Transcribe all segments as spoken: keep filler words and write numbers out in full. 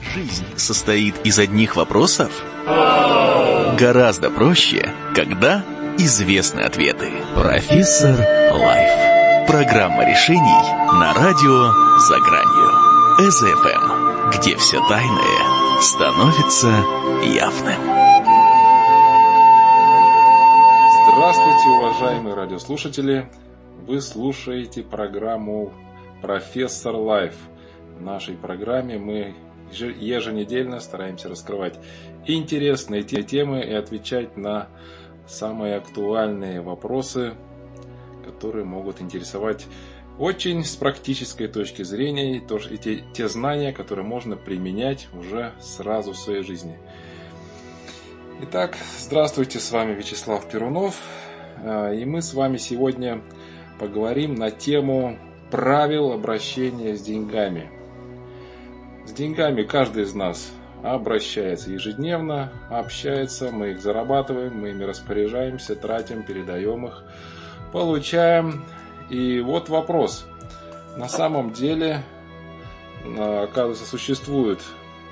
Жизнь состоит из одних вопросов? Гораздо проще, когда известны ответы. Профессор Лайф. Программа решений на радио «За гранью». эс эф эм, где все тайное становится явным. Здравствуйте, уважаемые радиослушатели! Вы слушаете программу «Профессор Лайф». В нашей программе мы еженедельно стараемся раскрывать интересные темы и отвечать на самые актуальные вопросы, которые могут интересовать очень с практической точки зрения, и тоже и те, те знания, которые можно применять уже сразу в своей жизни. Итак, здравствуйте, с вами Вячеслав Перунов, и мы с вами сегодня поговорим на тему правил обращения с деньгами. С деньгами каждый из нас обращается ежедневно, общается, мы их зарабатываем, мы ими распоряжаемся, тратим, передаем их, получаем. И вот вопрос. На самом деле, оказывается, существуют,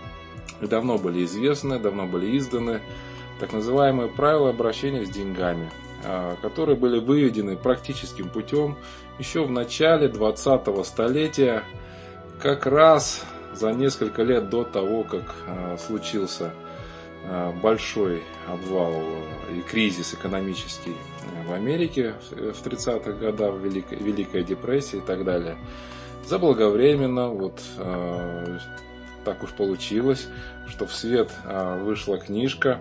и давно были известны, давно были изданы так называемые правила обращения с деньгами, которые были выведены практическим путем еще в начале двадцатого столетия, как раз за несколько лет до того, как э, случился э, большой обвал и кризис экономический в Америке в тридцатых годах, Великая, Великая депрессия и так далее. Заблаговременно, вот э, так уж получилось, что в свет э, вышла книжка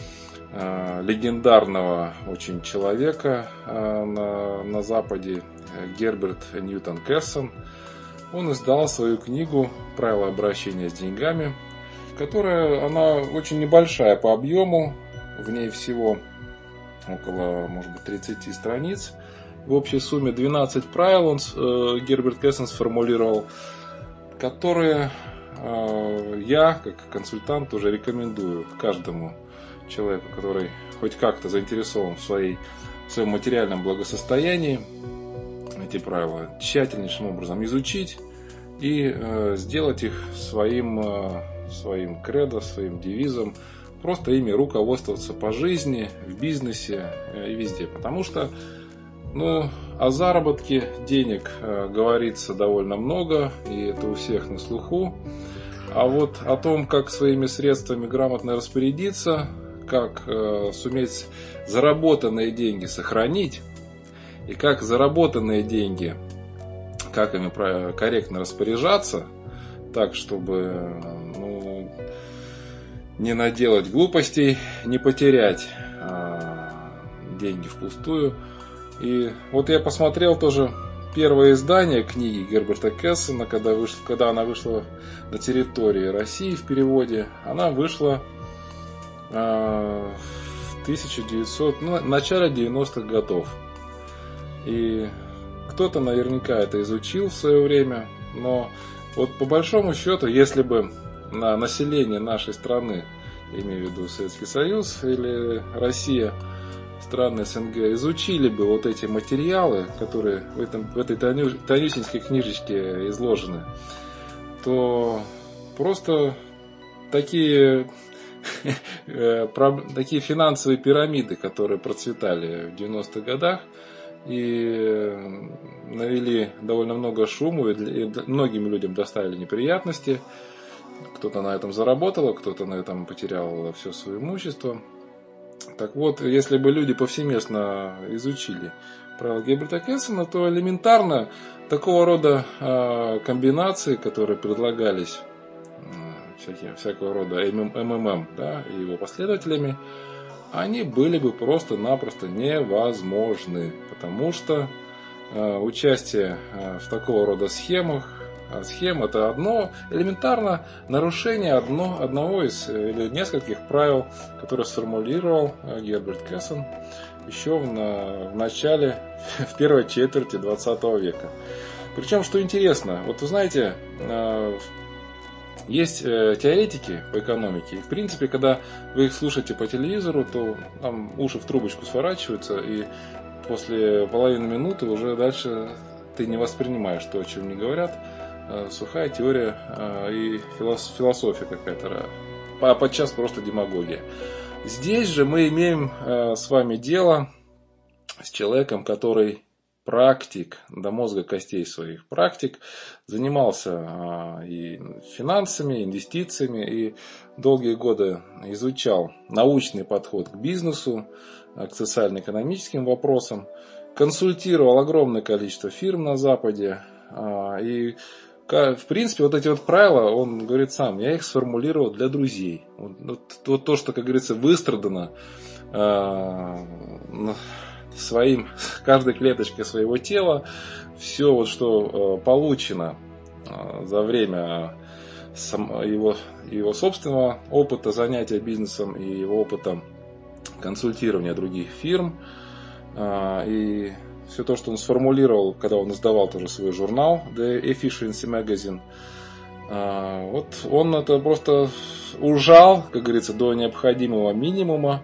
э, легендарного очень человека э, на, на Западе, Герберт Ньютон Кэссон. Он издал свою книгу «Правила обращения с деньгами», которая, она очень небольшая по объему, в ней всего около, может быть, тридцати страниц. В общей сумме двенадцать правил он, э, Герберт Кэссон сформулировал, которые э, я, как консультант, уже рекомендую каждому человеку, который хоть как-то заинтересован в, своей, в своем материальном благосостоянии, эти правила тщательнейшим образом изучить и э, сделать их своим, э, своим кредо, своим девизом, просто ими руководствоваться по жизни, в бизнесе э, и везде. Потому что ну, о заработке денег э, говорится довольно много, и это у всех на слуху. А вот о том, как своими средствами грамотно распорядиться, как э, суметь заработанные деньги сохранить, и как заработанные деньги, как ими корректно распоряжаться, так, чтобы ну, не наделать глупостей, не потерять а, деньги впустую. И вот я посмотрел тоже первое издание книги Герберта Кэссона, когда, вышла, когда она вышла на территории России в переводе. Она вышла а, в тысяча девятисотом, ну, в начале девяностых годов. И кто-то наверняка это изучил в свое время, но вот по большому счету, если бы на население нашей страны, имею в виду Советский Союз или Россия, страны СНГ, изучили бы вот эти материалы, которые в, этом, в этой тонюсенькой книжечке изложены, то просто такие, такие финансовые пирамиды, которые процветали в девяностых годах, и навели довольно много шума, и многим людям доставили неприятности. Кто-то на этом заработал, кто-то на этом потерял все свое имущество. Так вот, если бы люди повсеместно изучили правила Герберта Кэссона, то элементарно такого рода комбинации, которые предлагались всякие, всякого рода эм эм эм, да, и его последователями, они были бы просто-напросто невозможны, потому что э, участие э, в такого рода схемах, а схем это одно элементарно нарушение одно, одного из или нескольких правил, которые сформулировал э, Герберт Кэссон еще в, на, в начале, в первой четверти двадцатого века. Причем, что интересно, вот вы знаете, э, есть э, теоретики по экономике, и в принципе, когда вы их слушаете по телевизору, то там уши в трубочку сворачиваются, и после половины минуты уже дальше ты не воспринимаешь то, о чем они говорят. сухая теория и философия какая-то, а подчас просто демагогия. Здесь же мы имеем с вами дело с человеком, который практик, до мозга костей своих практик, занимался и финансами, инвестициями, и долгие годы изучал научный подход к бизнесу, к социально-экономическим вопросам, консультировал огромное количество фирм на Западе, и в принципе вот эти вот правила, он говорит сам, я их сформулировал для друзей. Вот, вот то, что, как говорится, выстрадано своим, каждой клеточкой своего тела, все, вот, что получено за время его, его собственного опыта занятия бизнесом и его опыта консультирования других фирм, и все то, что он сформулировал, когда он издавал тоже свой журнал The Efficiency Magazine, вот он это просто ужал, как говорится, до необходимого минимума.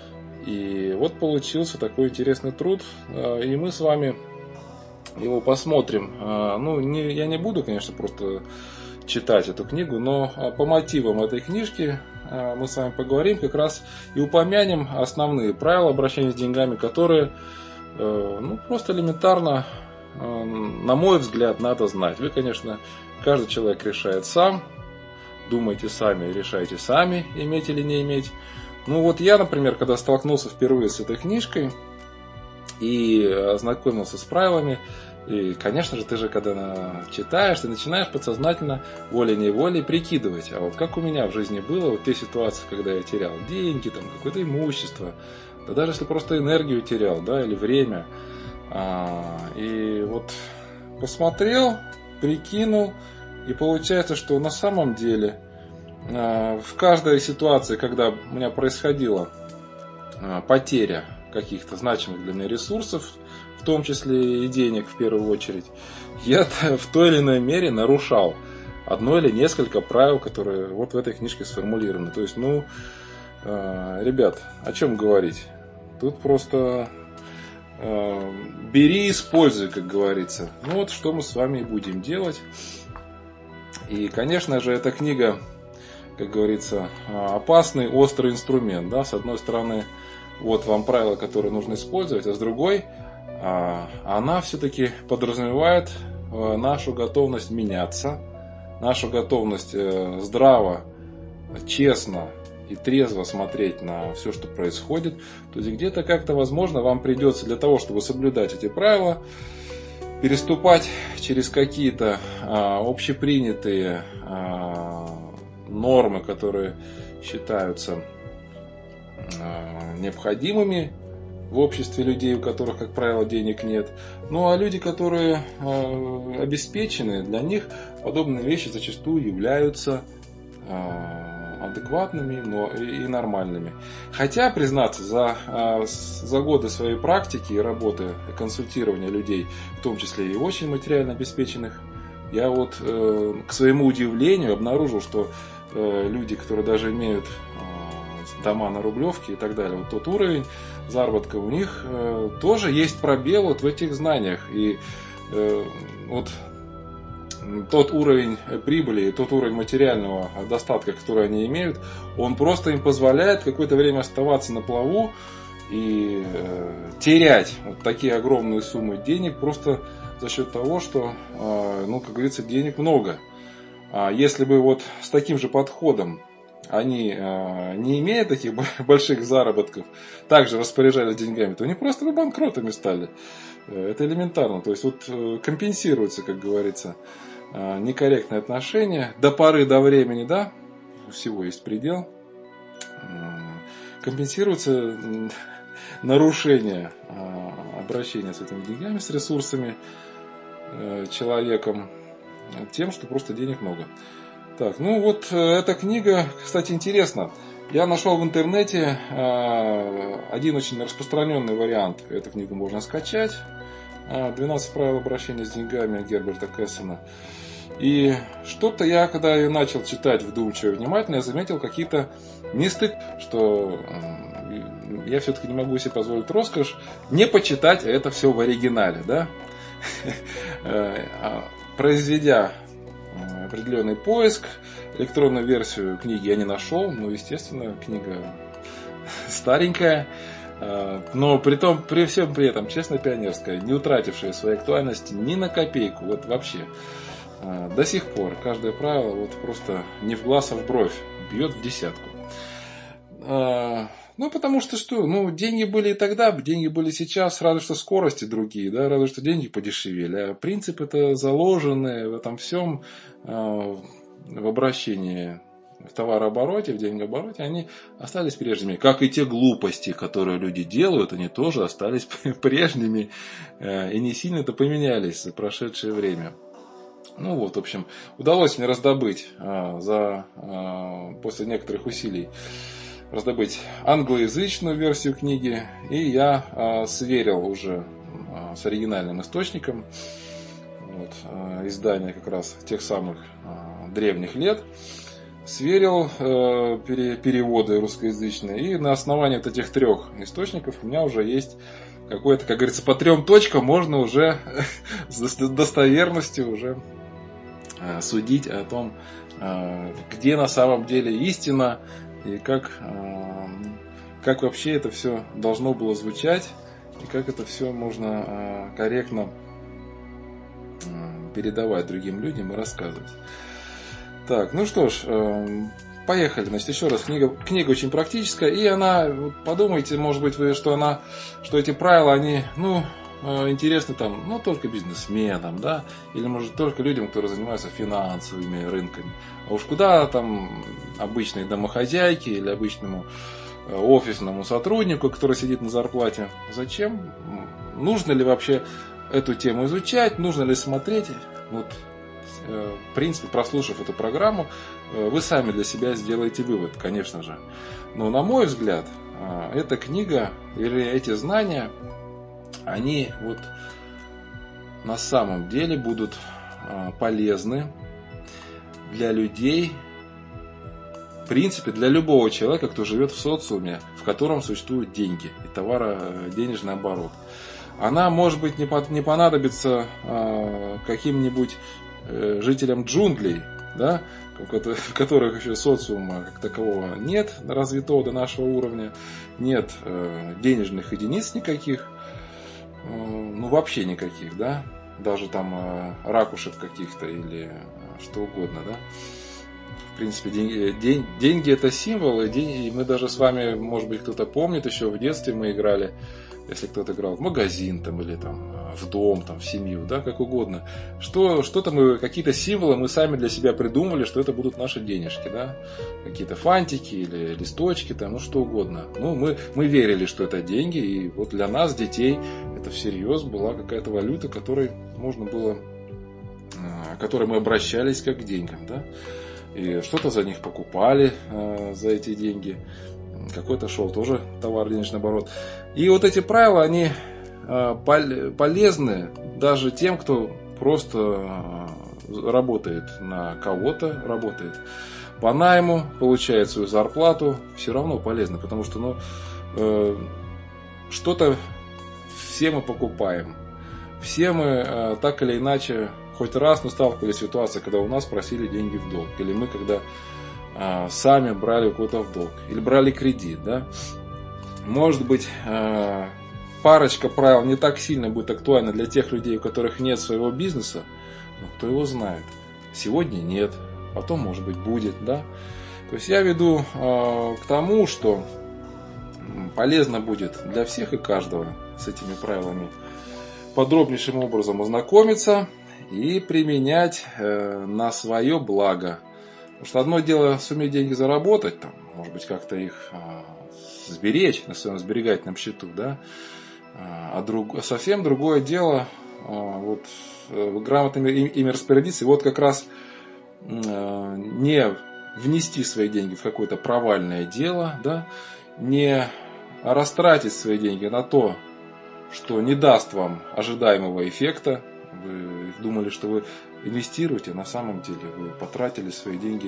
И вот получился такой интересный труд, и мы с вами его посмотрим. Ну, не, я не буду, конечно, просто читать эту книгу, но по мотивам этой книжки мы с вами поговорим как раз и упомянем основные правила обращения с деньгами, которые, ну, просто элементарно, на мой взгляд, надо знать. Вы, конечно, каждый человек решает сам, думайте сами, решайте сами, иметь или не иметь. Ну вот я, например, когда столкнулся впервые с этой книжкой и ознакомился с правилами, и, конечно же, ты же, когда читаешь, ты начинаешь подсознательно, волей-неволей прикидывать, а вот как у меня в жизни было, вот те ситуации, когда я терял деньги, там, какое-то имущество, да даже если просто энергию терял, да, или время, а, и вот посмотрел, прикинул, и получается, что на самом деле в каждой ситуации, когда у меня происходила потеря каких-то значимых для меня ресурсов, в том числе и денег в первую очередь, я в той или иной мере нарушал одно или несколько правил, которые вот в этой книжке сформулированы. То есть, ну, ребят, о чем говорить? Тут просто бери и используй, как говорится. Ну вот, что мы с вами и будем делать. И, конечно же, эта книга, как говорится, опасный, острый инструмент. Да? С одной стороны, вот вам правила, которые нужно использовать, а с другой, она все-таки подразумевает нашу готовность меняться, нашу готовность здраво, честно и трезво смотреть на все, что происходит. То есть где-то как-то, возможно, вам придется для того, чтобы соблюдать эти правила, переступать через какие-то общепринятые нормы, которые считаются необходимыми в обществе людей, у которых, как правило, денег нет. Ну а люди, которые обеспечены, для них подобные вещи зачастую являются адекватными, но и нормальными. Хотя, признаться, за, за годы своей практики и работы, консультирования людей, в том числе и очень материально обеспеченных, я вот к своему удивлению обнаружил, что люди, которые даже имеют дома на Рублевке и так далее, вот тот уровень заработка у них тоже есть пробел вот в этих знаниях. И вот тот уровень прибыли, тот уровень материального достатка, который они имеют, он просто им позволяет какое-то время оставаться на плаву и терять вот такие огромные суммы денег просто за счет того, что, ну, как говорится, денег много. А если бы вот с таким же подходом они, не имея таких больших заработков, также распоряжались деньгами, то они просто бы банкротами стали. Это элементарно. То есть вот компенсируется, как говорится, некорректное отношение до поры до времени, да, у всего есть предел, компенсируется нарушение обращения с этими деньгами, с ресурсами человеком тем, что просто денег много. Так, ну вот эта книга, кстати, интересна. Я нашел в интернете один очень распространенный вариант. Эту книгу можно скачать. двенадцать правил обращения с деньгами Герберта Кессона. И что-то я, когда ее начал читать вдумчиво и внимательно, я заметил какие-то нестыковки, что я все-таки не могу себе позволить роскошь не почитать это все в оригинале, да? Произведя определенный поиск. Электронную версию книги я не нашел, но, естественно, книга старенькая, но при том, при всем при этом, честно, пионерская, не утратившая своей актуальности ни на копейку, вот вообще. До сих пор каждое правило вот просто не в глаз, а в бровь, бьет в десятку. Ну, потому что что, ну, деньги были и тогда, деньги были сейчас, разве что скорости другие, да, разве что деньги подешевели. А принцип это заложенный в этом всем, в обращении, в товарообороте, в деньгообороте, они остались прежними. Как и те глупости, которые люди делают, они тоже остались прежними и не сильно-то поменялись за прошедшее время. Ну вот, в общем, удалось мне раздобыть а, за, а, после некоторых усилий раздобыть англоязычную версию книги, и я а, сверил уже а, с оригинальным источником, вот, а, издания как раз тех самых а, древних лет, сверил а, пере, переводы русскоязычные, и на основании вот этих трех источников у меня уже есть какое-то, как говорится, по трем точкам можно уже с достоверностью уже судить о том, где на самом деле истина и как, как вообще это все должно было звучать и как это все можно корректно передавать другим людям и рассказывать. Так, ну что ж, поехали. Значит, еще раз, книга, книга очень практическая, и она, подумайте, может быть, вы, что она, что эти правила, они, ну, интересны там, ну, только бизнесменам, да, или, может, только людям, которые занимаются финансовыми рынками. А уж куда там обычной домохозяйке или обычному офисному сотруднику, который сидит на зарплате, зачем? Нужно ли вообще эту тему изучать, нужно ли смотреть? Вот, в принципе, прослушав эту программу, вы сами для себя сделаете вывод, конечно же. Но, на мой взгляд, эта книга или эти знания, они вот на самом деле будут полезны для людей, в принципе, для любого человека, кто живет в социуме, в котором существуют деньги и товаро-денежный оборот. Она, может быть, не понадобится каким-нибудь жителям джунглей, да, в которых еще социума как такового нет, развитого до нашего уровня, нет денежных единиц никаких, ну вообще никаких, да, даже там ракушек каких-то или что угодно, да. В принципе, деньги, день, деньги это символ, и, деньги, и мы даже с вами, может быть, кто-то помнит, еще в детстве мы играли, если кто-то играл в магазин там, или там, в дом, там, в семью, да, как угодно. Что, что-то мы, какие-то символы мы сами для себя придумали, что это будут наши денежки, да, какие-то фантики или листочки, там, ну что угодно. Ну, мы, мы верили, что это деньги, и вот для нас, детей, это всерьез была какая-то валюта, которой можно было, к которой мы обращались как к деньгам, да. И что-то за них покупали, за эти деньги. Какой-то шел тоже товар, денежный оборот. И вот эти правила, они полезны даже тем, кто просто работает на кого-то, работает по найму, получает свою зарплату. Все равно полезно, потому что ну, что-то все мы покупаем. Все мы так или иначе хоть раз мы сталкивались с ситуацией, когда у нас просили деньги в долг. Или мы когда а, сами брали у кого-то в долг. Или брали кредит. Да? Может быть, а, парочка правил не так сильно будет актуальна для тех людей, у которых нет своего бизнеса. Но кто его знает. Сегодня нет. Потом, может быть, будет. Да? То есть я веду а, к тому, что полезно будет для всех и каждого с этими правилами подробнейшим образом ознакомиться и применять э, на свое благо. Потому что одно дело суметь деньги заработать, там, может быть, как-то их э, сберечь на своем сберегательном счету, да? А друг, совсем другое дело э, вот, э, грамотно ими распорядиться. И вот как раз э, не внести свои деньги в какое-то провальное дело, да? Не растратить свои деньги на то, что не даст вам ожидаемого эффекта. Вы думали, что вы инвестируете, а на самом деле вы потратили свои деньги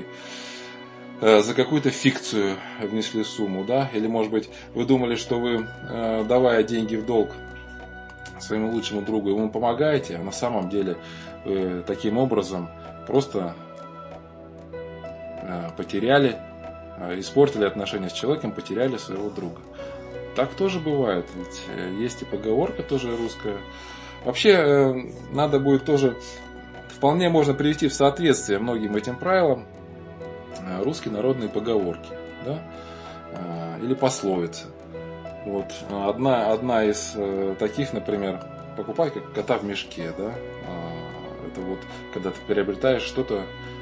за какую-то фикцию, внесли сумму, да? Или, может быть, вы думали, что вы, давая деньги в долг своему лучшему другу, ему помогаете, а на самом деле вы таким образом просто потеряли, испортили отношения с человеком, потеряли своего друга. Так тоже бывает, ведь есть и поговорка тоже русская. Вообще, надо будет тоже, вполне можно привести в соответствие многим этим правилам русские народные поговорки, да? Или пословицы. Вот. Одна, одна из таких, например, покупай как кота в мешке, да? Это вот, когда ты приобретаешь что-то,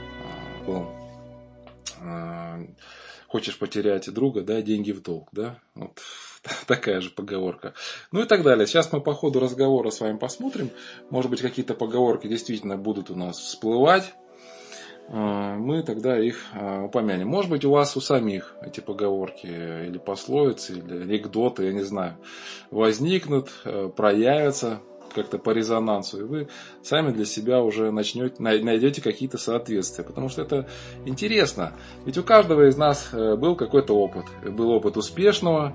хочешь потерять друга, да, деньги в долг, да? Вот такая же поговорка. Ну и так далее. Сейчас мы по ходу разговора с вами посмотрим. Может быть, какие-то поговорки действительно будут у нас всплывать. Мы тогда их упомянем. Может быть, у вас у самих эти поговорки или пословицы, или анекдоты, я не знаю, возникнут, проявятся как-то по резонансу, и вы сами для себя уже начнете, найдете какие-то соответствия. Потому что это интересно. Ведь у каждого из нас был какой-то опыт. Был опыт успешного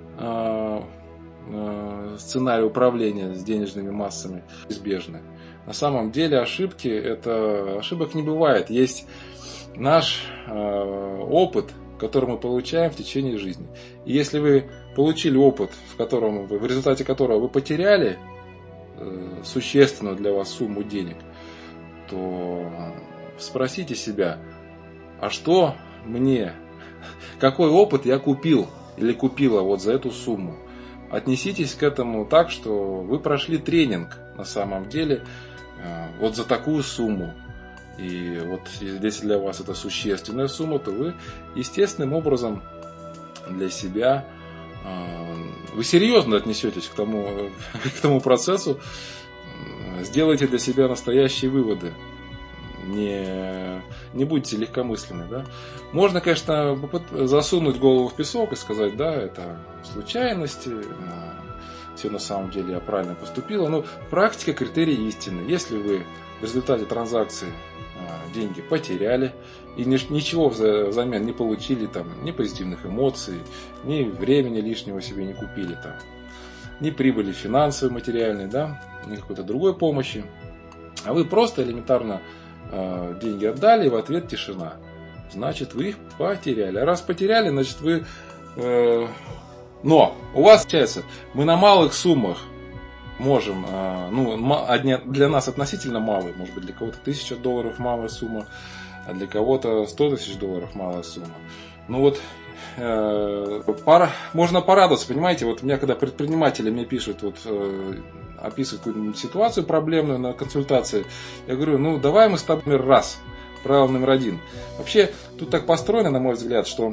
сценария управления с денежными массами, неизбежны. На самом деле ошибки, это ошибок не бывает. Есть наш опыт, который мы получаем в течение жизни. И если вы получили опыт, в, котором, в результате которого вы потеряли существенную для вас сумму денег, то спросите себя, а что мне, какой опыт я купил или купила вот за эту сумму. Отнеситесь к этому так, что вы прошли тренинг на самом деле вот за такую сумму. И вот если для вас это существенная сумма, то вы естественным образом для себя, вы серьезно отнесетесь к тому, к тому процессу, сделайте для себя настоящие выводы. Не, не будьте легкомысленны. Да? Можно, конечно, засунуть голову в песок и сказать, да, это случайности, все на самом деле я правильно поступила. Но практика критерий истины. Если вы в результате транзакции деньги потеряли и ничего взамен не получили, там, ни позитивных эмоций, ни времени лишнего себе не купили, там, ни прибыли финансовой, материальной, да, ни какой-то другой помощи, а вы просто элементарно деньги отдали, и в ответ тишина. Значит, вы их потеряли. А раз потеряли, значит, вы... Э, но у вас, получается, мы на малых суммах можем... Э, ну, для нас относительно малые. Может быть, для кого-то тысяча долларов малая сумма, а для кого-то сто тысяч долларов малая сумма. Ну вот... Э, пора, можно порадоваться, понимаете? Вот у меня, когда предприниматели мне пишут... вот э, описывать какую-нибудь ситуацию проблемную на консультации, я говорю, ну давай мы с тобой раз, правило номер один. Вообще тут так построено, на мой взгляд, что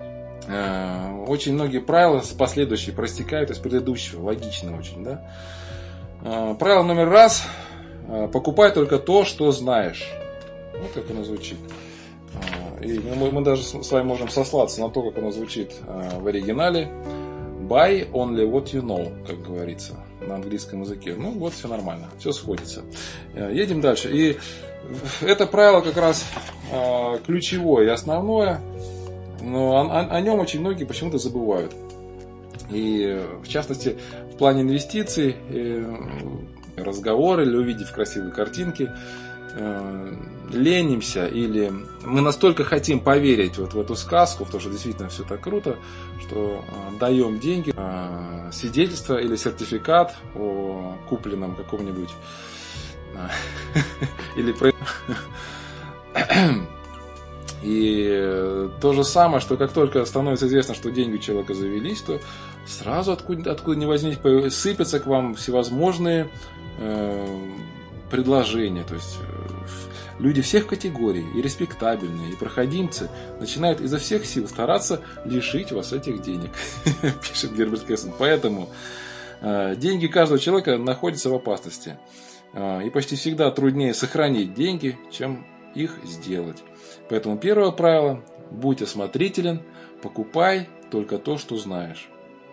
э, очень многие правила последующие проистекают из предыдущего, логично очень, да. Э, правило номер раз, э, покупай только то, что знаешь. Вот как оно звучит. Э, и мы, мы даже с вами можем сослаться на то, как оно звучит э, в оригинале. Buy only what you know, как говорится на английском языке. Ну вот, все нормально, все сходится. Едем дальше. И это правило как раз э, ключевое и основное, но о, о нем очень многие почему-то забывают. И в частности, в плане инвестиций, э, разговоры или увидев красивые картинки, э, ленимся или мы настолько хотим поверить вот в эту сказку, в то, что действительно все так круто, что э, даем деньги, э, свидетельство или сертификат о купленном каком-нибудь э, или и то же самое, что как только становится известно, что деньги у человека завелись, то сразу откуда, откуда ни возьмись сыпятся к вам всевозможные э, предложения, то есть люди всех категорий, и респектабельные, и проходимцы, начинают изо всех сил стараться лишить вас этих денег, пишет Герберт Кэссен. Поэтому э, деньги каждого человека находятся в опасности. Э, и почти всегда труднее сохранить деньги, чем их сделать. Поэтому первое правило – будь осмотрителен, покупай только то, что знаешь.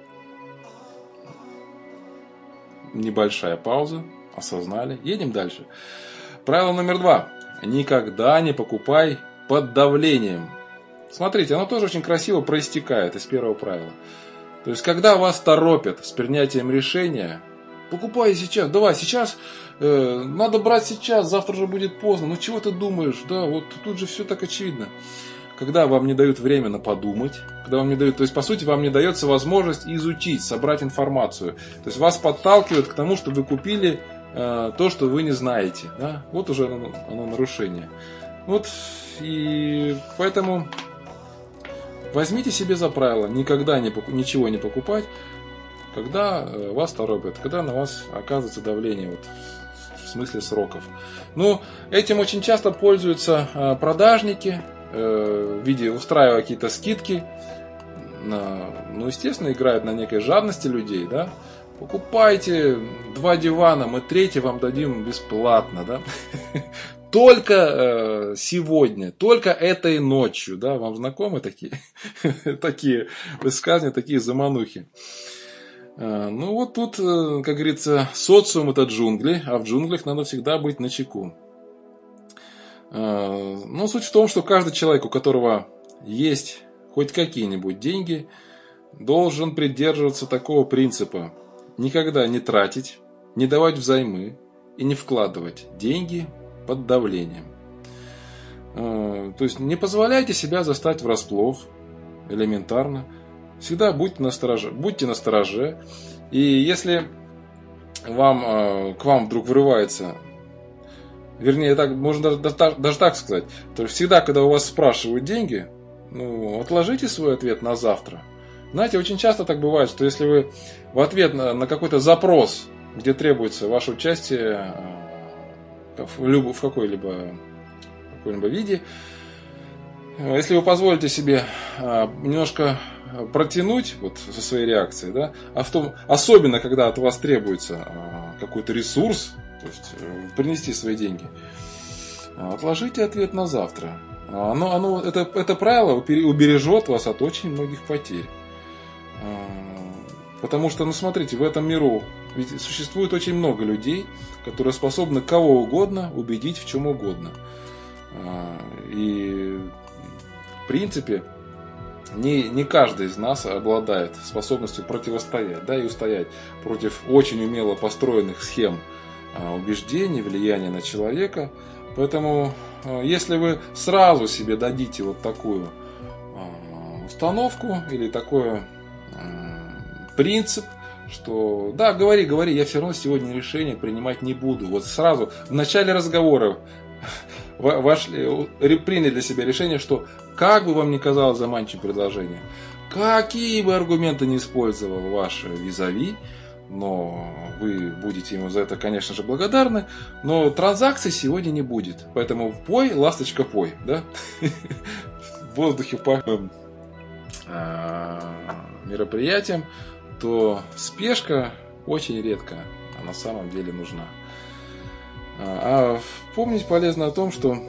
Небольшая пауза, осознали. Едем дальше. Правило номер два. Никогда не покупай под давлением. Смотрите, оно тоже очень красиво проистекает из первого правила. То есть, когда вас торопят с принятием решения, покупай сейчас, давай, сейчас, э, надо брать сейчас, завтра же будет поздно. Ну, чего ты думаешь? Да, вот тут же все так очевидно. когда вам не дают временно подумать, когда вам не дают, то есть, по сути, вам не дается возможность изучить, собрать информацию. То есть, вас подталкивают к тому, чтобы вы купили э, то, что вы не знаете. Да? Вот уже оно, оно нарушение. Вот, и поэтому возьмите себе за правило никогда не, ничего не покупать, когда вас торопят, когда на вас оказывается давление, вот, в смысле сроков. Ну, этим очень часто пользуются э, продажники, в виде устраивая какие-то скидки, ну, естественно, играют на некой жадности людей, да. Покупайте два дивана, мы третий вам дадим бесплатно, да. Только сегодня, только этой ночью, да. Вам знакомы такие, такие высказывания, такие заманухи? Ну, вот тут, как говорится, социум — это джунгли, а в джунглях надо всегда быть начеку. Но суть в том, что каждый человек, у которого есть хоть какие-нибудь деньги, должен придерживаться такого принципа: никогда не тратить, не давать взаймы и не вкладывать деньги под давлением. То есть не позволяйте себя застать врасплох, элементарно. Всегда будьте настороже, будьте настороже. И если вам, к вам вдруг врывается, вернее, так, можно даже, даже так сказать, то есть всегда, когда у вас спрашивают деньги, ну, отложите свой ответ на завтра. Знаете, очень часто так бывает, что если вы в ответ на, на какой-то запрос, где требуется ваше участие в, люб, в какой-либо, какой-либо виде, если вы позволите себе немножко протянуть вот со своей реакцией, да, а в том, особенно когда от вас требуется какой-то ресурс, то есть принести свои деньги, отложите ответ на завтра. Оно, оно, это, это правило убережет вас от очень многих потерь. Потому что, ну смотрите, в этом миру ведь существует очень много людей, которые способны кого угодно убедить в чем угодно. И в принципе не, не каждый из нас обладает способностью противостоять, да, и устоять против очень умело построенных схем убеждений, влияния на человека. Поэтому, если вы сразу себе дадите вот такую установку или такой принцип, что да, говори, говори, я все равно сегодня решение принимать не буду. Вот сразу в начале разговора вошли, приняли для себя решение, что как бы вам ни казалось заманчивым предложение, какие бы аргументы ни использовал ваш визави, но вы будете ему за это, конечно же, благодарны, но транзакций сегодня не будет. Поэтому пой, ласточка, пой, да? В воздухе пахнет мероприятием, то спешка очень редко, а на самом деле нужна. А помнить полезно о том, что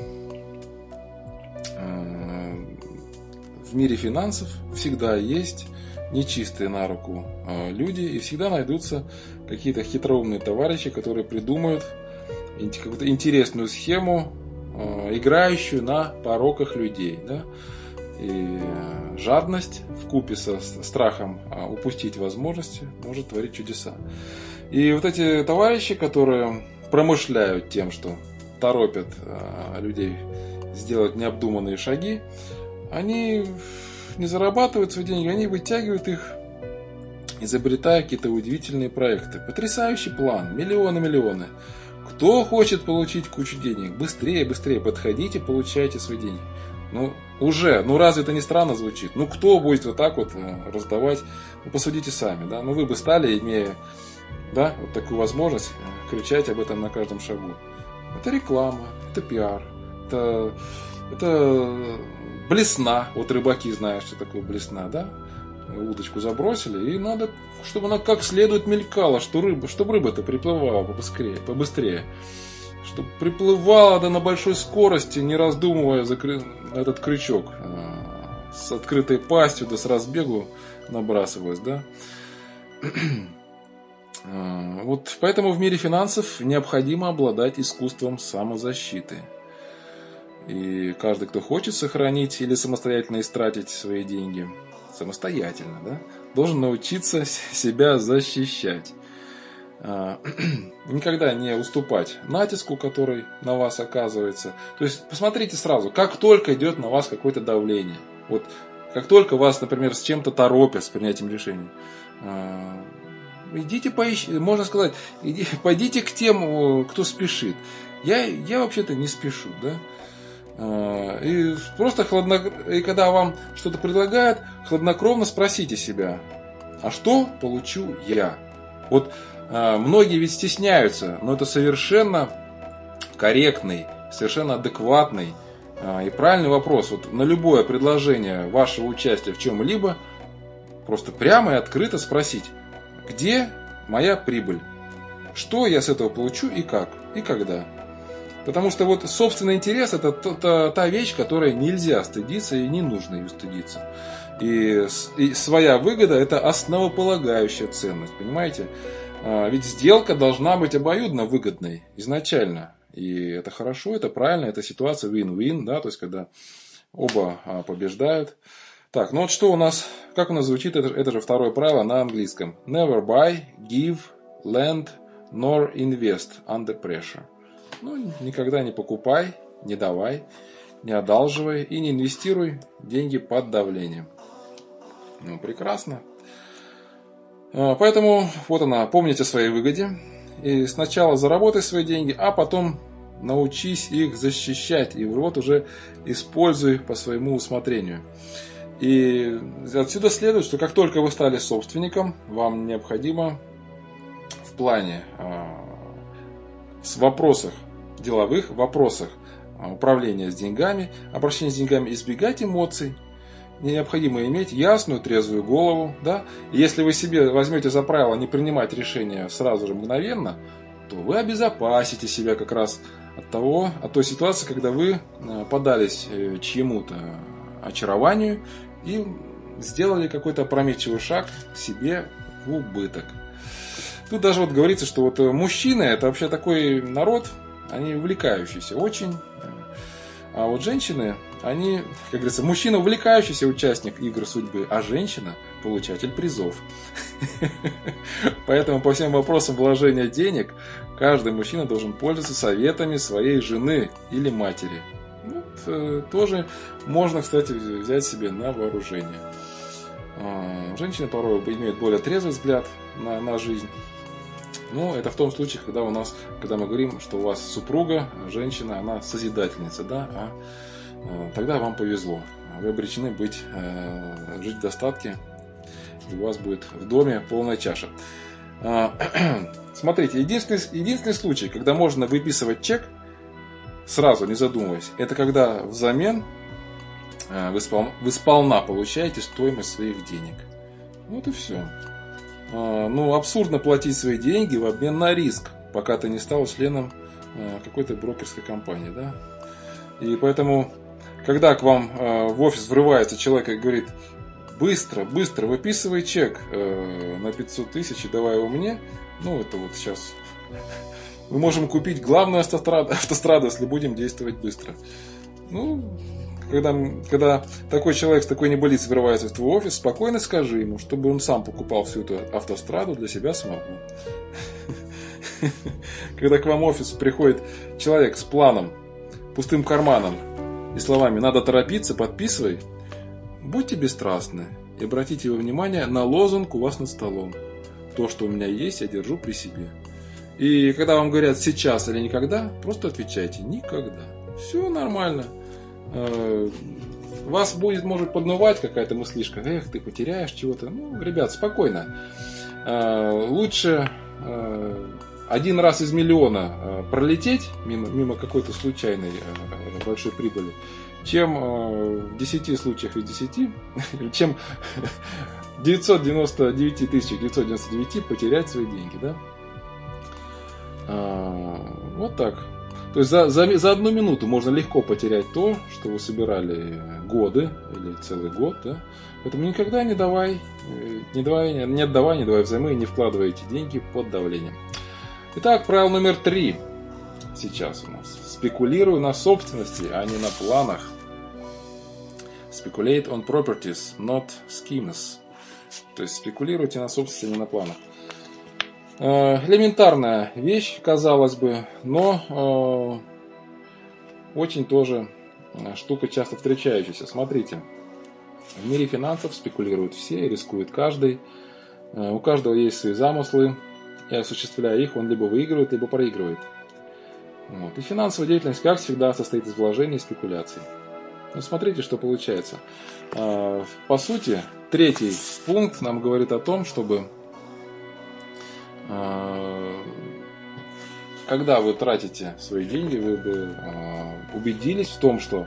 в мире финансов всегда есть нечистые на руку люди, и всегда найдутся какие-то хитроумные товарищи, которые придумают какую-то интересную схему, играющую на пороках людей, да? И жадность вкупе со страхом упустить возможности может творить чудеса. И вот эти товарищи, которые промышляют тем, что торопят людей сделать необдуманные шаги, они не зарабатывают свои деньги, они вытягивают их, изобретая какие-то удивительные проекты. Потрясающий план, миллионы-миллионы. Кто хочет получить кучу денег? Быстрее, быстрее подходите, получайте свои деньги. Ну, уже, ну разве это не странно звучит? Ну, кто будет вот так вот раздавать? Ну, посудите сами, да? Ну, вы бы стали, имея, да, вот такую возможность, кричать об этом на каждом шагу. Это реклама, это пиар, это, это блесна. Вот рыбаки знают, что такое блесна, да? Удочку забросили, и надо, чтобы она как следует мелькала, что рыба, чтобы рыба-то приплывала побыстрее, побыстрее. Чтобы приплывала да на большой скорости, не раздумывая за этот крючок. С открытой пастью, да с разбегу набрасываясь, да. Вот поэтому в мире финансов необходимо обладать искусством самозащиты. И каждый, кто хочет сохранить или самостоятельно истратить свои деньги, самостоятельно, да, должен научиться себя защищать. никогда не уступать натиску, который на вас оказывается. То есть посмотрите сразу, как только идет на вас какое-то давление. Вот как только вас, например, с чем-то торопят, с принятием решений, идите поищите, можно сказать, иди, пойдите к тем, кто спешит. Я, я вообще-то не спешу, да. И просто хладнокровно, и когда вам что-то предлагают, хладнокровно спросите себя, а что получу я? Вот многие ведь стесняются, но это совершенно корректный, совершенно адекватный и правильный вопрос. Вот на любое предложение вашего участия в чем-либо просто прямо и открыто спросить, где моя прибыль? Что я с этого получу и как? И когда? Потому что вот собственный интерес – это та, та вещь, которой нельзя стыдиться и не нужно ее стыдиться. И, и своя выгода – это основополагающая ценность, понимаете? Ведь сделка должна быть обоюдно выгодной изначально. И это хорошо, это правильно, это ситуация win-win, да, то есть когда оба побеждают. Так, ну вот что у нас, как у нас звучит, это, это же второе правило на английском. Never buy, give, lend, nor invest under pressure. Ну, никогда не покупай, не давай, не одалживай и не инвестируй деньги под давлением. Ну, прекрасно. Поэтому вот она, помните о своей выгоде. И сначала заработай свои деньги, а потом научись их защищать. И вот уже используй по своему усмотрению. И отсюда следует, что как только вы стали собственником, вам необходимо в плане, в вопросах, деловых вопросах управления с деньгами, обращения с деньгами, избегать эмоций. Необходимо иметь ясную, трезвую голову. Да? И если вы себе возьмете за правило не принимать решения сразу же мгновенно, то вы обезопасите себя как раз от того, от той ситуации, когда вы поддались чьему-то очарованию и сделали какой-то опрометчивый шаг себе в убыток. Тут даже вот говорится, что вот мужчины – это вообще такой народ, они увлекающиеся очень. А вот женщины, они, как говорится, мужчина увлекающийся участник игр судьбы, а женщина получатель призов. Поэтому по всем вопросам вложения денег каждый мужчина должен пользоваться советами своей жены или матери. Вот, тоже можно, кстати, взять себе на вооружение. Женщины порой имеют более трезвый взгляд на, на жизнь. Ну, это в том случае, когда у нас, когда мы говорим, что у вас супруга, женщина, она созидательница, да, а, а тогда вам повезло. Вы обречены быть, а, жить в достатке, и у вас будет в доме полная чаша. А, смотрите, единственный, единственный случай, когда можно выписывать чек, сразу не задумываясь, это когда взамен а, вы, спол, вы сполна получаете стоимость своих денег. Вот и все. Ну, абсурдно платить свои деньги в обмен на риск, пока ты не стал членом какой-то брокерской компании, да? И поэтому, когда к вам в офис врывается человек и говорит: быстро, быстро выписывай чек на пятьсот тысяч и давай его мне, ну, это вот сейчас мы можем купить главную автостраду, автостраду, если будем действовать быстро. Ну, Когда, когда такой человек с такой небылицей врывается в твой офис, спокойно скажи ему, чтобы он сам покупал всю эту автостраду для себя самого. Когда к вам в офис приходит человек с планом, пустым карманом и словами «надо торопиться, подписывай», будьте бесстрастны и обратите его внимание на лозунг у вас над столом. То, что у меня есть, я держу при себе. И когда вам говорят «сейчас» или «никогда», просто отвечайте «никогда». Все нормально. Вас будет, может, поднувать какая-то мыслишка. Эх, ты потеряешь чего-то. Ну, ребят, спокойно. Лучше один раз из миллиона пролететь мимо, мимо какой-то случайной большой прибыли, чем в десяти случаях из десяти, чем девятьсот девяносто девять тысяч девятьсот девяносто девять потерять свои деньги. Да? Вот так. То есть за, за, за одну минуту можно легко потерять то, что вы собирали годы или целый год. Да? Поэтому никогда не давай, не давай, не отдавай, не давай взаймы, не вкладывайте деньги под давлением. Итак, правило номер три сейчас у нас. Спекулируй на собственности, а не на планах. Speculate on properties, not schemes. То есть спекулируйте на собственности, а не на планах. Элементарная вещь, казалось бы, но очень тоже штука часто встречающаяся. Смотрите, в мире финансов спекулируют все, рискует каждый. У каждого есть свои замыслы, и осуществляя их, он либо выигрывает, либо проигрывает. Вот. И финансовая деятельность, как всегда, состоит из вложений и спекуляций. Ну, смотрите, что получается. По сути, третий пункт нам говорит о том, чтобы когда вы тратите свои деньги, вы бы убедились в том, что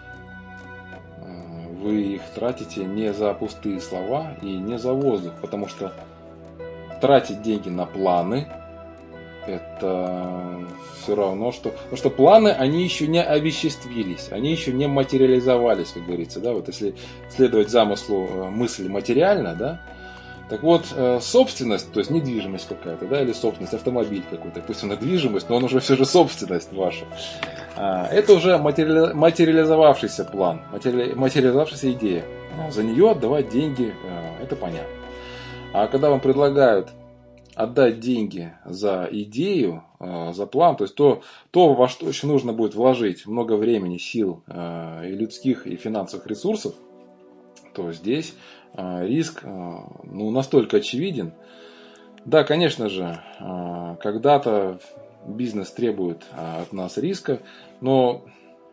вы их тратите не за пустые слова и не за воздух, потому что тратить деньги на планы — это все равно, что... Потому что планы, они еще не овеществились, они еще не материализовались, как говорится. Да? Вот если следовать замыслу мысли материально, да? Так вот, собственность, то есть недвижимость какая-то, да, или собственность, автомобиль какой-то, пусть он недвижимость, но он уже все же собственность ваша. Это уже материализовавшийся план, материализовавшаяся идея. За нее отдавать деньги, это понятно. А когда вам предлагают отдать деньги за идею, за план, то есть то, то во что еще нужно будет вложить много времени, сил, и людских, и финансовых ресурсов, то здесь риск ну, настолько очевиден. Да, конечно же, когда-то бизнес требует от нас риска, но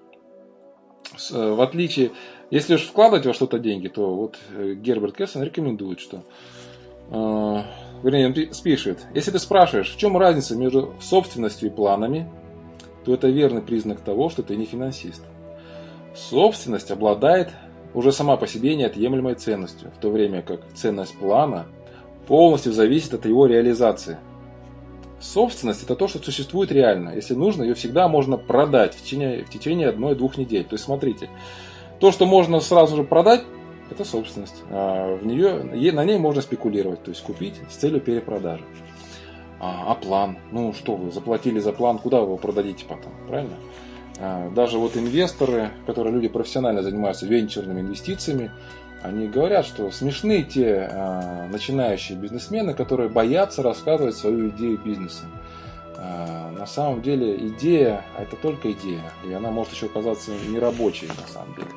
в отличие, если уж вкладывать во что-то деньги, то вот Герберт Кессен рекомендует, что, вернее, он пишет, если ты спрашиваешь, в чем разница между собственностью и планами, то это верный признак того, что ты не финансист. Собственность обладает уже сама по себе неотъемлемой ценностью, в то время как ценность плана полностью зависит от его реализации. Собственность — это то, что существует реально. Если нужно, ее всегда можно продать в течение, в течение одной-двух недель. То есть, смотрите, то, что можно сразу же продать, это собственность. А в нее, на ней можно спекулировать, то есть купить с целью перепродажи. А, а план? Ну что вы, заплатили за план, куда вы его продадите потом? Правильно? Даже вот инвесторы, которые люди профессионально занимаются венчурными инвестициями, они говорят, что смешны те э, начинающие бизнесмены, которые боятся рассказывать свою идею бизнеса. Э, на самом деле идея – это только идея, и она может еще оказаться нерабочей на самом деле.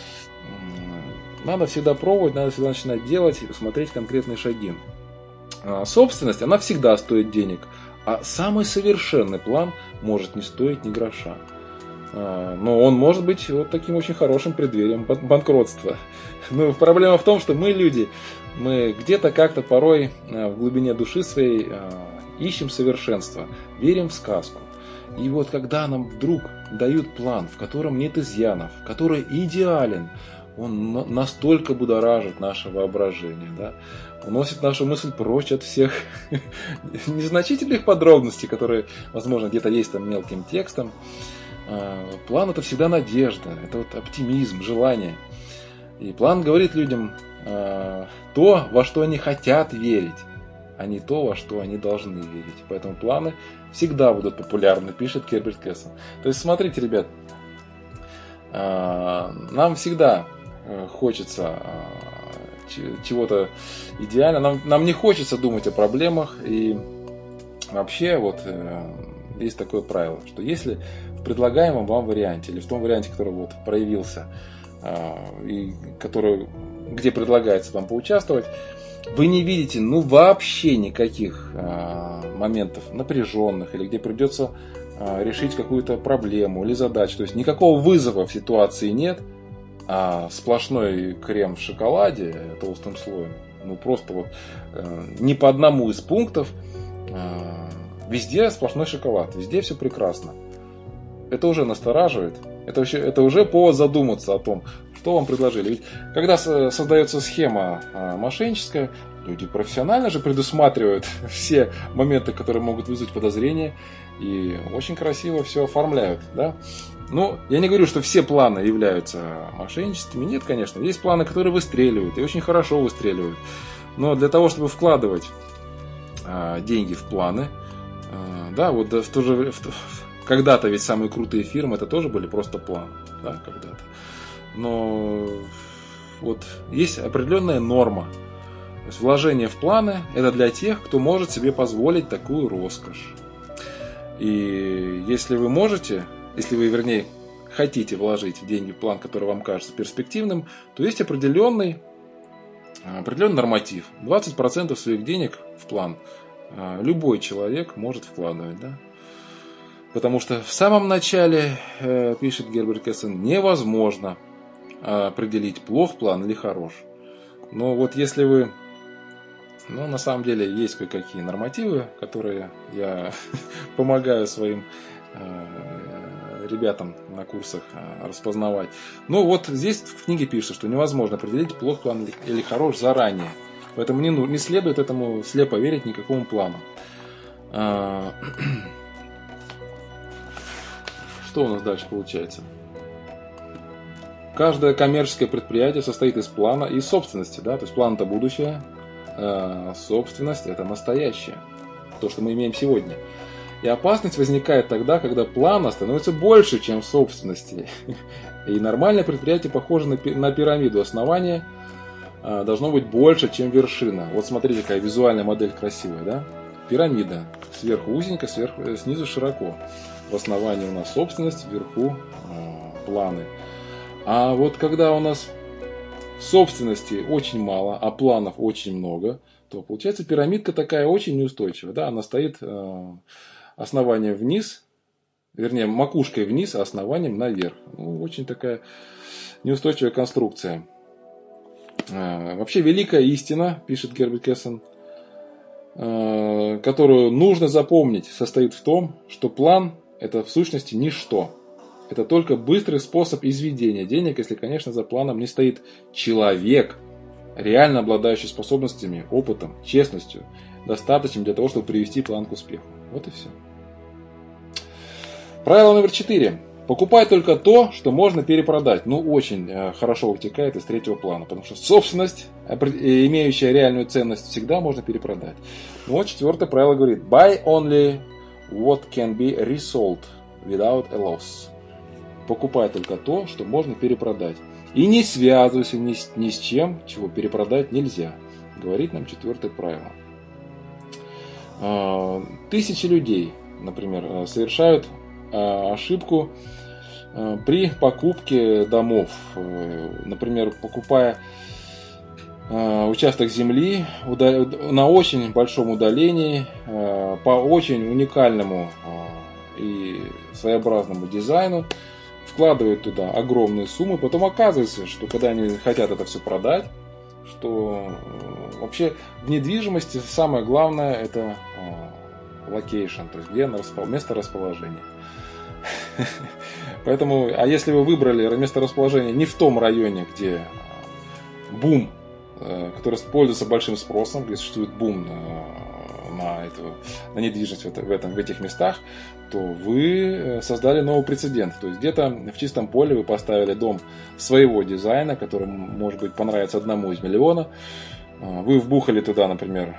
Надо всегда пробовать, надо всегда начинать делать и смотреть конкретные шаги. Э, собственность, она всегда стоит денег, а самый совершенный план может не стоить ни гроша. Но он может быть вот таким очень хорошим преддверием банкротства. Но проблема в том, что мы люди, мы где-то как-то порой в глубине души своей ищем совершенство, верим в сказку. И вот когда нам вдруг дают план, в котором нет изъянов, который идеален, он настолько будоражит наше воображение, да? Уносит нашу мысль прочь от всех незначительных подробностей, которые, возможно, где-то есть там мелким текстом. План — это всегда надежда, это вот оптимизм, желание. И план говорит людям э, то, во что они хотят верить, а не то, во что они должны верить. Поэтому планы всегда будут популярны, пишет Герберт Кессен. То есть, смотрите, ребят, э, нам всегда хочется э, чего-то идеального, нам, нам не хочется думать о проблемах. И вообще вот э, есть такое правило, что если в предлагаемом вам варианте, или в том варианте, который вот проявился, и который, где предлагается вам поучаствовать, вы не видите ну вообще никаких моментов напряженных, или где придется решить какую-то проблему или задачу, то есть никакого вызова в ситуации нет, а сплошной крем в шоколаде толстым слоем, ну просто вот ни по одному из пунктов, везде сплошной шоколад, везде все прекрасно. Это уже настораживает. Это, вообще, это уже повод задуматься о том, что вам предложили. Ведь когда создается схема мошенническая, люди профессионально же предусматривают все моменты, которые могут вызвать подозрения, и очень красиво все оформляют. Да? Ну, я не говорю, что все планы являются мошенническими. Нет, конечно. Есть планы, которые выстреливают, и очень хорошо выстреливают. Но для того, чтобы вкладывать деньги в планы, да, вот в то же в, когда-то ведь самые крутые фирмы это тоже были просто планы, да, когда-то. Но вот есть определенная норма, То есть вложение в планы – это для тех, кто может себе позволить такую роскошь. И если вы можете, если вы, вернее, хотите вложить деньги в план, который вам кажется перспективным, то есть определенный, определенный норматив. двадцать процентов своих денег в план любой человек может вкладывать. Да? Потому что в самом начале, пишет Герберт Кэссен, невозможно определить, плох план или хорош. Но вот если вы... Ну, на самом деле, есть кое-какие нормативы, которые я помогаю своим э, ребятам на курсах э, распознавать. Ну, вот здесь в книге пишется, что невозможно определить, плох план или, или хорош заранее. Поэтому не, ну, не следует этому слепо верить никакому плану. А, что у нас дальше получается? Каждое коммерческое предприятие состоит из плана и собственности. Да? То есть план – это будущее. Собственность – это настоящее, то, что мы имеем сегодня. И опасность возникает тогда, когда плана становится больше, чем собственности. И нормальное предприятие похоже на пирамиду. Основание должно быть больше, чем вершина. Вот смотрите, какая визуальная модель красивая. Да? Пирамида. Сверху узенько, сверху, снизу широко. В основании у нас собственность, вверху планы. А вот когда у нас собственности очень мало, а планов очень много, то получается пирамидка такая очень неустойчивая. Да? Она стоит э, основанием вниз, вернее макушкой вниз, а основанием наверх. Ну, очень такая неустойчивая конструкция. Э, вообще великая истина, пишет Герберт Кэссен, э, которую нужно запомнить, состоит в том, что план – это в сущности ничто. Это только быстрый способ изведения денег, если, конечно, за планом не стоит человек, реально обладающий способностями, опытом, честностью, достаточным для того, чтобы привести план к успеху. Вот и все. Правило номер четыре. Покупай только то, что можно перепродать. Ну, очень хорошо вытекает из третьего плана, потому что собственность, имеющая реальную ценность, всегда можно перепродать. Ну, вот четвертое правило говорит: buy only what can be resold without a loss. Покупай только то, что можно перепродать. И не связывайся ни с, ни с чем, чего перепродать нельзя. Говорит нам четвертое правило. Тысячи людей, например, совершают ошибку при покупке домов. Например, покупая участок земли на очень большом удалении, по очень уникальному и своеобразному дизайну, вкладывают туда огромные суммы, потом оказывается, что когда они хотят это все продать, что вообще в недвижимости самое главное это локейшн, то есть где место расположения. Поэтому, а если вы выбрали место расположения не в том районе, где бум, который пользуется большим спросом, где существует бум на, эту, на недвижимость в, этом, в этих местах, то вы создали новый прецедент. То есть где-то в чистом поле вы поставили дом своего дизайна, который, может быть, понравится одному из миллиона. Вы вбухали туда, например,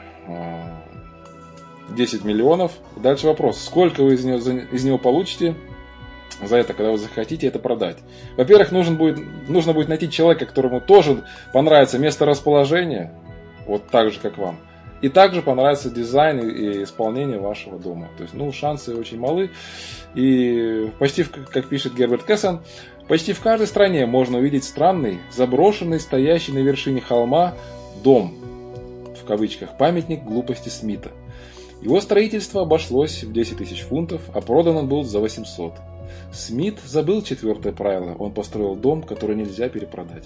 десять миллионов. Дальше вопрос, сколько вы из него, из него получите за это, когда вы захотите это продать. Во-первых, нужен будет, нужно будет найти человека, которому тоже понравится место расположения, вот так же, как вам. И также понравится дизайн и исполнение вашего дома. То есть, ну, шансы очень малы. И почти, как пишет Герберт Кэссен, почти в каждой стране можно увидеть странный, заброшенный, стоящий на вершине холма дом, в кавычках, памятник глупости Смита. Его строительство обошлось в десять тысяч фунтов, а продан он был за восемьсот. Смит забыл четвертое правило. Он построил дом, который нельзя перепродать.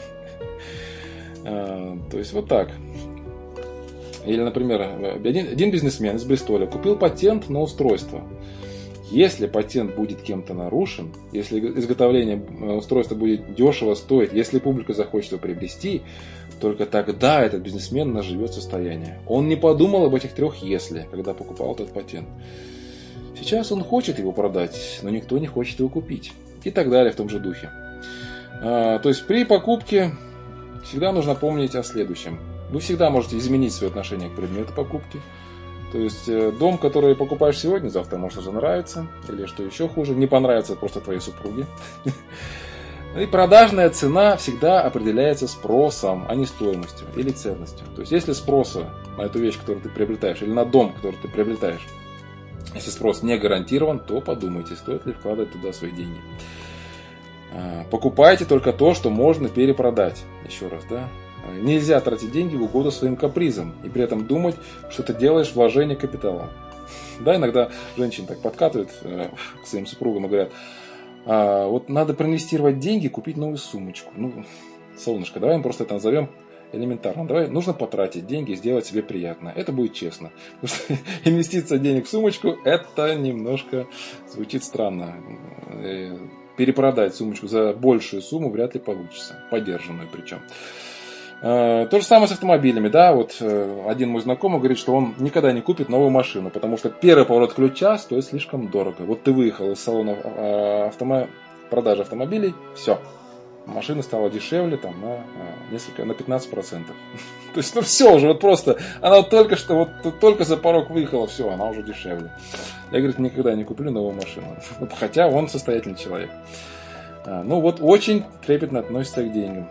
То есть, вот так. Или, например, один, один бизнесмен из Бристоля купил патент на устройство. Если патент будет кем-то нарушен, если изготовление устройства будет дешево стоить, если публика захочет его приобрести, только тогда этот бизнесмен наживет состояние. Он не подумал об этих трех «если», когда покупал этот патент. Сейчас он хочет его продать, но никто не хочет его купить. И так далее в том же духе. А, то есть при покупке всегда нужно помнить о следующем. Вы всегда можете изменить свое отношение к предмету покупки. То есть дом, который покупаешь сегодня, завтра может уже нравиться. Или что еще хуже, не понравится просто твоей супруге. И продажная цена всегда определяется спросом, а не стоимостью или ценностью. То есть, если спроса на эту вещь, которую ты приобретаешь, или на дом, который ты приобретаешь, если спрос не гарантирован, то подумайте, стоит ли вкладывать туда свои деньги. Покупайте только то, что можно перепродать. Еще раз, да? Нельзя тратить деньги в угоду своим капризам и при этом думать, что ты делаешь вложение капитала. Да, иногда женщины так подкатывают к своим супругам и говорят: а, вот надо проинвестировать деньги, купить новую сумочку. Ну, солнышко, давай мы просто это назовем элементарно. Давай, нужно потратить деньги и сделать себе приятно. Это будет честно. Потому что инвестиция денег в сумочку, это немножко звучит странно. Перепродать сумочку за большую сумму вряд ли получится. Подержанную причем. То же самое с автомобилями, да, вот один мой знакомый говорит, что он никогда не купит новую машину, потому что первый поворот ключа стоит слишком дорого. Вот ты выехал из салона автомо... продажи автомобилей, все, машина стала дешевле там на несколько, на пятнадцать процентов. То есть, ну все уже, вот просто, она вот только что, вот только за порог выехала, все, она уже дешевле. Я, говорит, никогда не куплю новую машину, хотя он состоятельный человек. Ну вот очень трепетно относится к деньгам.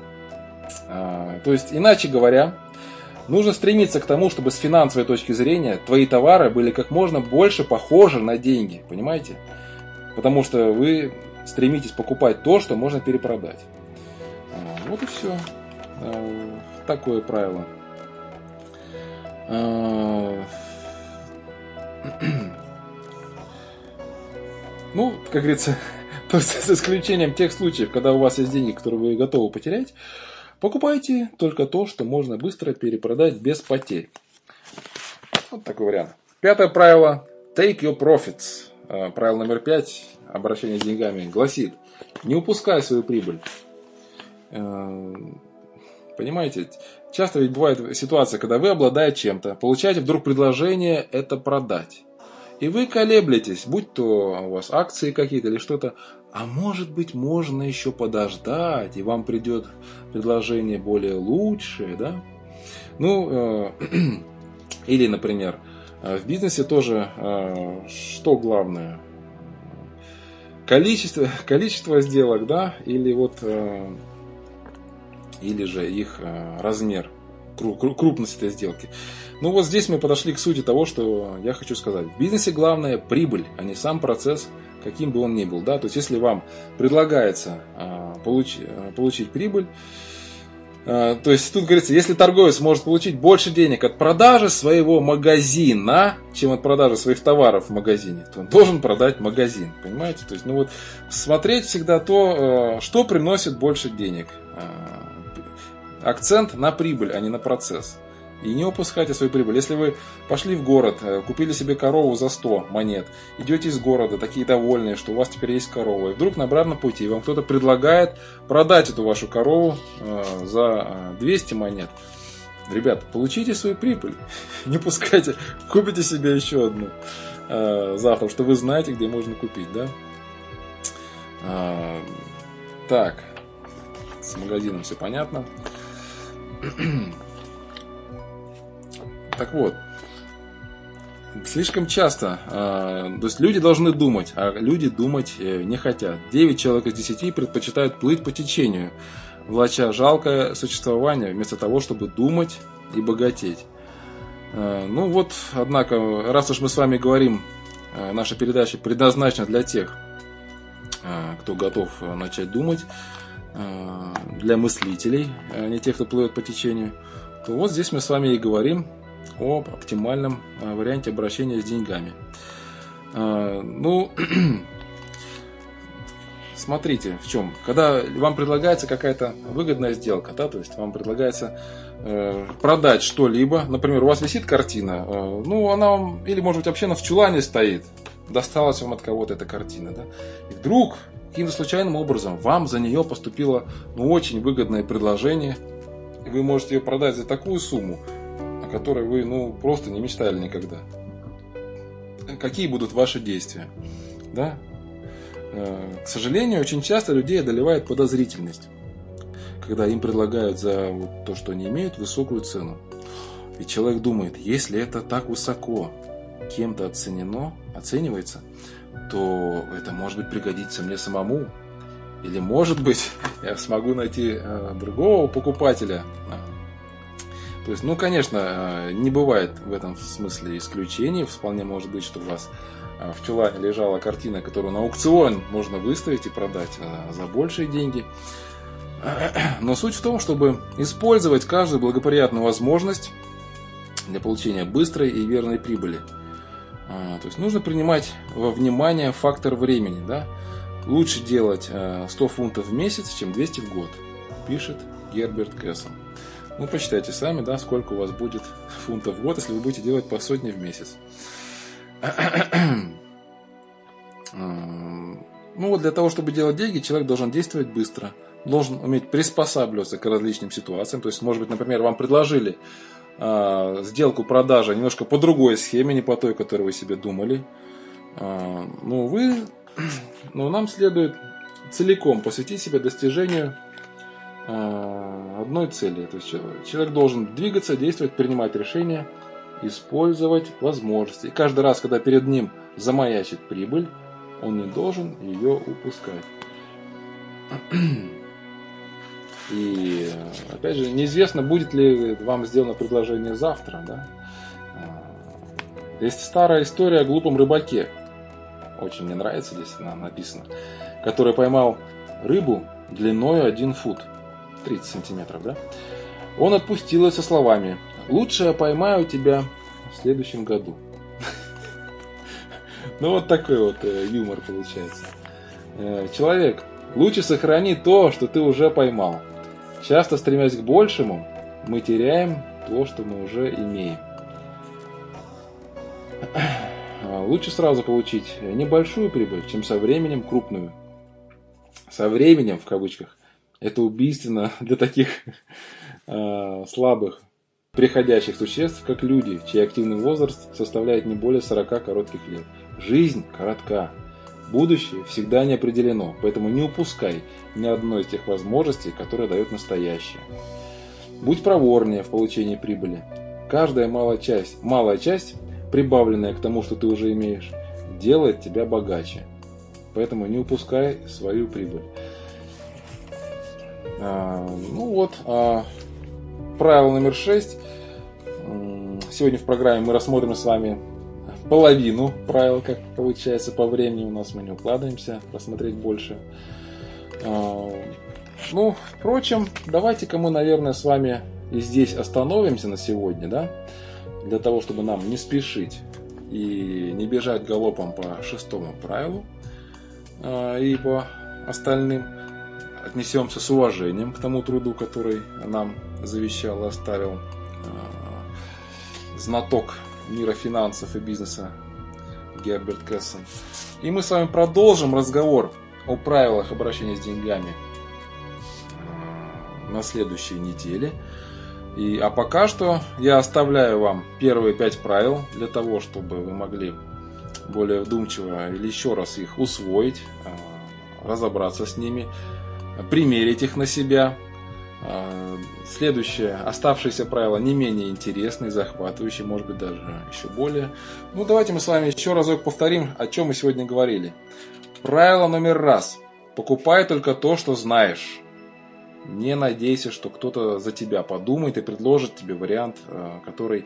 То есть, иначе говоря, нужно стремиться к тому, чтобы с финансовой точки зрения твои товары были как можно больше похожи на деньги, понимаете? Потому что вы стремитесь покупать то, что можно перепродать. Вот и все. Такое правило. Ну, как говорится, с исключением тех случаев, когда у вас есть деньги, которые вы готовы потерять, покупайте только то, что можно быстро перепродать без потерь. Вот такой вариант. Пятое правило. Take your profits. Правило номер пять. Обращение с деньгами гласит: не упускай свою прибыль. Понимаете, часто ведь бывает ситуация, когда вы, обладая чем-то, получаете вдруг предложение это продать. И вы колеблетесь, будь то у вас акции какие-то или что-то. А может быть, можно еще подождать, и вам придет предложение более лучшее, да? Ну, э, или, например, в бизнесе тоже э, что главное? Количество, количество сделок, да? Или вот, э, или же их э, размер, крупность этой сделки. Ну вот здесь мы подошли к сути того, что я хочу сказать. В бизнесе главное прибыль, а не сам процесс, каким бы он ни был. Да? То есть, если вам предлагается а, получ, а, получить прибыль, а, то есть, тут говорится, если торговец может получить больше денег от продажи своего магазина, чем от продажи своих товаров в магазине, то он должен продать магазин. Понимаете? То есть, ну вот, смотреть всегда то, что приносит больше денег. Акцент на прибыль, а не на процесс. И не упускайте свою прибыль. Если вы пошли в город, купили себе корову за сто монет, идете из города, такие довольные, что у вас теперь есть корова, и вдруг на обратном пути вам кто-то предлагает продать эту вашу корову за двести монет. Ребят, получите свою прибыль. Не пускайте, купите себе еще одну завтра, что вы знаете, где можно купить, да? Так, с магазином все понятно. Так вот, слишком часто, э, то есть люди должны думать, а люди думать э, не хотят. девять человек из десяти предпочитают плыть по течению, влача жалкое существование, вместо того, чтобы думать и богатеть. Э, ну вот, однако, раз уж мы с вами говорим, э, наша передача предназначена для тех, э, кто готов начать думать, э, для мыслителей, а не тех, кто плывет по течению, то вот здесь мы с вами и говорим об оптимальном варианте обращения с деньгами. Ну, смотрите, в чем. Когда вам предлагается какая-то выгодная сделка, да, то есть вам предлагается э, продать что-либо, например, у вас висит картина, э, ну, она вам, или, может быть, вообще она в чулане стоит, досталась вам от кого-то эта картина, да, и вдруг каким-то случайным образом вам за нее поступило, ну, очень выгодное предложение, и вы можете ее продать за такую сумму, о которой вы, ну, просто не мечтали никогда. Какие будут ваши действия? Да? К сожалению, очень часто людей одолевает подозрительность, когда им предлагают за вот то, что они имеют, высокую цену. И человек думает, если это так высоко кем-то оценено, оценивается, то это, может быть, пригодится мне самому. Или, может быть, я смогу найти другого покупателя. То есть, ну, конечно, не бывает в этом смысле исключений. Вполне может быть, что у вас в чулане лежала картина, которую на аукцион можно выставить и продать за большие деньги. Но суть в том, чтобы использовать каждую благоприятную возможность для получения быстрой и верной прибыли. То есть нужно принимать во внимание фактор времени. Да? Лучше делать сто фунтов в месяц, чем двести в год, пишет Герберт Кэссен. Ну, посчитайте сами, да, сколько у вас будет фунтов в год, если вы будете делать по сотне в месяц. Ну вот для того, чтобы делать деньги, человек должен действовать быстро, должен уметь приспосабливаться к различным ситуациям. То есть, может быть, например, вам предложили э, сделку продажи немножко по другой схеме, не по той, которую вы себе думали. Э, ну, вы, ну, нам следует целиком посвятить себя достижению э, одной цели. То есть, человек должен двигаться, действовать, принимать решения, использовать возможности. И каждый раз, когда перед ним замаячит прибыль, он не должен ее упускать. И, опять же, неизвестно, будет ли вам сделано предложение завтра. Да? Есть старая история о глупом рыбаке. Очень мне нравится, здесь она написана. Который поймал рыбу длиной один фут. тридцать сантиметров, да? Он отпустил ее со словами: «Лучше я поймаю тебя в следующем году». Ну вот такой вот юмор получается. Человек, лучше сохрани то, что ты уже поймал. Часто стремясь к большему, мы теряем то, что мы уже имеем. Лучше сразу получить небольшую прибыль, чем со временем крупную. Со временем, в кавычках, это убийственно для таких э, слабых, приходящих существ, как люди, чей активный возраст составляет не более сорока коротких лет. Жизнь коротка. Будущее всегда не определено, поэтому не упускай ни одной из тех возможностей, которые дает настоящее. Будь проворнее в получении прибыли. Каждая малая часть, малая часть, прибавленная к тому, что ты уже имеешь, делает тебя богаче. Поэтому не упускай свою прибыль. А, ну вот, а, правило номер шесть. Сегодня в программе мы рассмотрим с вами половину правил, как получается по времени. У нас мы не укладываемся рассмотреть больше. Ну, впрочем, давайте-ка мы, наверное, с вами и здесь остановимся на сегодня, да, для того, чтобы нам не спешить и не бежать галопом по шестому правилу и по остальным. Отнесемся с уважением к тому труду, который нам завещал и оставил знаток мира финансов и бизнеса Герберт Кэссен. И мы с вами продолжим разговор о правилах обращения с деньгами на следующей неделе. И, а пока что я оставляю вам первые пять правил для того, чтобы вы могли более вдумчиво или еще раз их усвоить, разобраться с ними, примерить их на себя. Следующее, оставшиеся правила не менее интересные, захватывающие, может быть даже еще более. Ну давайте мы с вами еще разок повторим, о чем мы сегодня говорили. Правило номер раз. Покупай только то, что знаешь. Не надейся, что кто-то за тебя подумает и предложит тебе вариант, который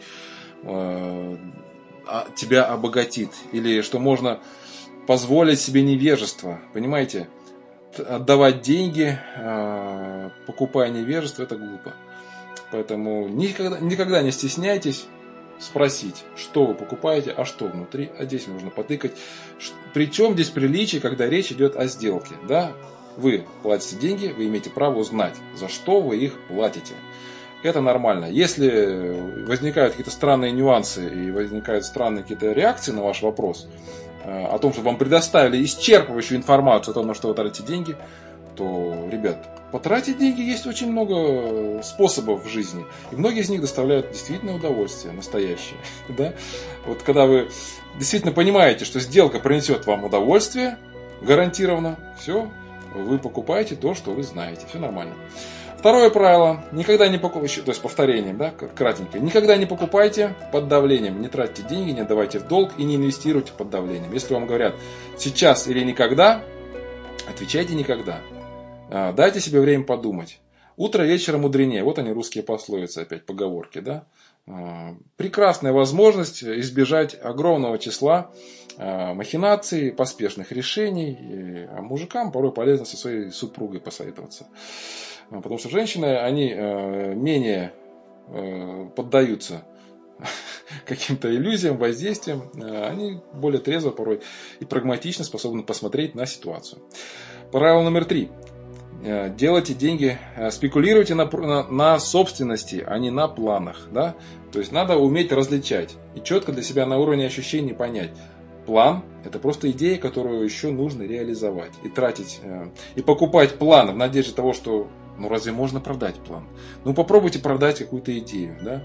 тебя обогатит. Или что можно позволить себе невежество. Понимаете? Отдавать деньги, покупая невежество, это глупо. Поэтому никогда, никогда не стесняйтесь спросить, что вы покупаете, а что внутри. А здесь нужно потыкать. Причем здесь приличие, когда речь идет о сделке. Да? Вы платите деньги, вы имеете право узнать, за что вы их платите. Это нормально. Если возникают какие-то странные нюансы и возникают странные какие-то реакции на ваш вопрос, о том, что вам предоставили исчерпывающую информацию о том, на что вы тратите деньги, то, ребят, потратить деньги есть очень много способов в жизни. И многие из них доставляют действительно удовольствие, настоящее. Да? Вот когда вы действительно понимаете, что сделка принесет вам удовольствие, гарантированно, все, вы покупаете то, что вы знаете. Все нормально. Второе правило. Никогда не покупайте, то есть повторением, да, кратенько. Никогда не покупайте под давлением. Не тратьте деньги, не отдавайте в долг и не инвестируйте под давлением. Если вам говорят сейчас или никогда, отвечайте никогда. Дайте себе время подумать. Утро вечера мудренее. Вот они, русские пословицы, опять поговорки, да? Прекрасная возможность избежать огромного числа махинаций, поспешных решений. А мужикам порой полезно со своей супругой посоветоваться. Потому что женщины, они менее поддаются каким-то иллюзиям, воздействиям. Они более трезво порой и прагматично способны посмотреть на ситуацию. Правило номер три. Делайте деньги, спекулируйте на, на, на собственности, а не на планах. Да? То есть надо уметь различать и четко для себя на уровне ощущений понять. План – это просто идея, которую еще нужно реализовать. И тратить, и покупать план в надежде того, что ну разве можно продать план? Ну попробуйте продать какую-то идею. Да?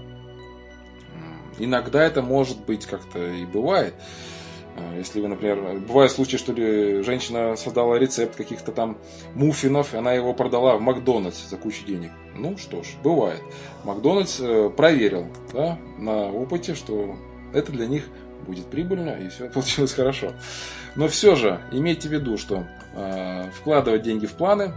Иногда это может быть как-то и бывает. Если вы, например, бывают случаи, что ли, женщина создала рецепт каких-то там муффинов, и она его продала в Макдональдс за кучу денег. Ну что ж, бывает. Макдональдс проверил, да, на опыте, что это для них будет прибыльно, и все получилось хорошо. Но все же имейте в виду, что э, вкладывать деньги в планы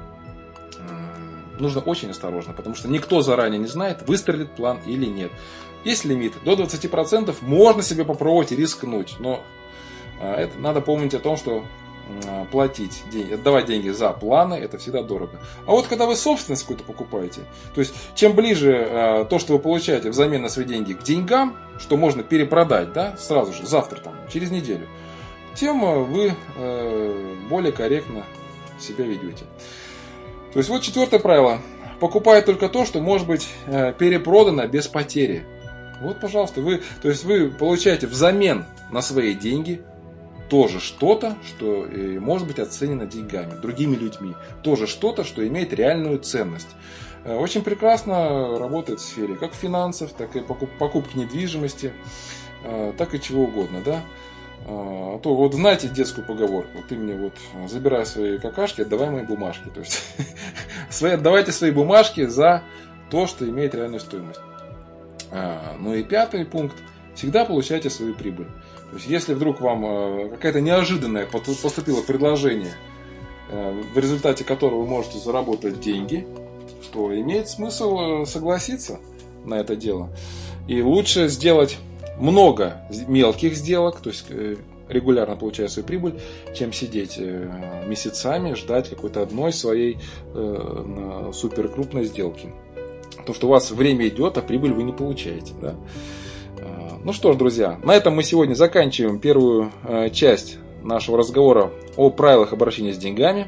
э, нужно очень осторожно, потому что никто заранее не знает, выстрелит план или нет. Есть лимит, до двадцати процентов можно себе попробовать и рискнуть, но это надо помнить о том, что платить деньги, отдавать деньги за планы, это всегда дорого. А вот когда вы собственность какую-то покупаете, то есть чем ближе то, что вы получаете взамен на свои деньги, к деньгам, что можно перепродать, да, сразу же, завтра, там, через неделю, тем вы более корректно себя ведете. То есть вот четвертое правило. Покупай только то, что может быть перепродано без потери. Вот, пожалуйста, вы, то есть вы получаете взамен на свои деньги тоже что-то, что может быть оценено деньгами, другими людьми. Тоже что-то, что имеет реальную ценность. Очень прекрасно работает в сфере как финансов, так и покупки недвижимости, так и чего угодно. Да? А то вот знаете детскую поговорку, ты мне вот забирай свои какашки, отдавай мои бумажки. То есть отдавайте свои бумажки за то, что имеет реальную стоимость. Ну и пятый пункт. Всегда получайте свою прибыль. То есть, если вдруг вам какая-то неожиданное поступило предложение, в результате которого вы можете заработать деньги, то имеет смысл согласиться на это дело. И лучше сделать много мелких сделок, то есть регулярно получая свою прибыль, чем сидеть месяцами, ждать какой-то одной своей суперкрупной сделки. Потому что у вас время идет, а прибыль вы не получаете. Да? Ну что ж, друзья, на этом мы сегодня заканчиваем первую часть нашего разговора о правилах обращения с деньгами.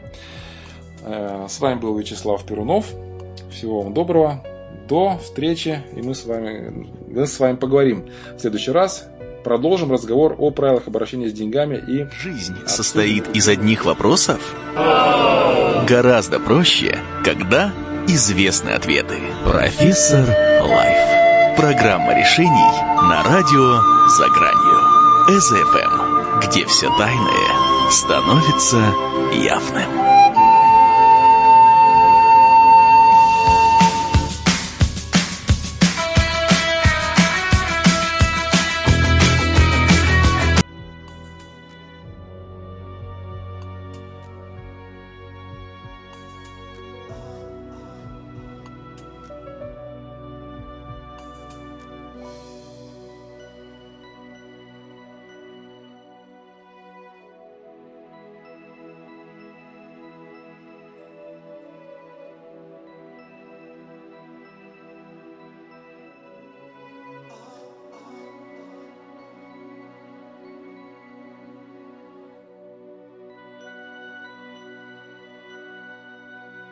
С вами был Вячеслав Перунов. Всего вам доброго. До встречи. И мы с вами, мы с вами поговорим в следующий раз. Продолжим разговор о правилах обращения с деньгами. И жизнь состоит из одних вопросов? Гораздо проще, когда известны ответы. Профессор Лайф. Программа решений на радио «За гранью». ЭЗ-эф эм, где все тайное становится явным.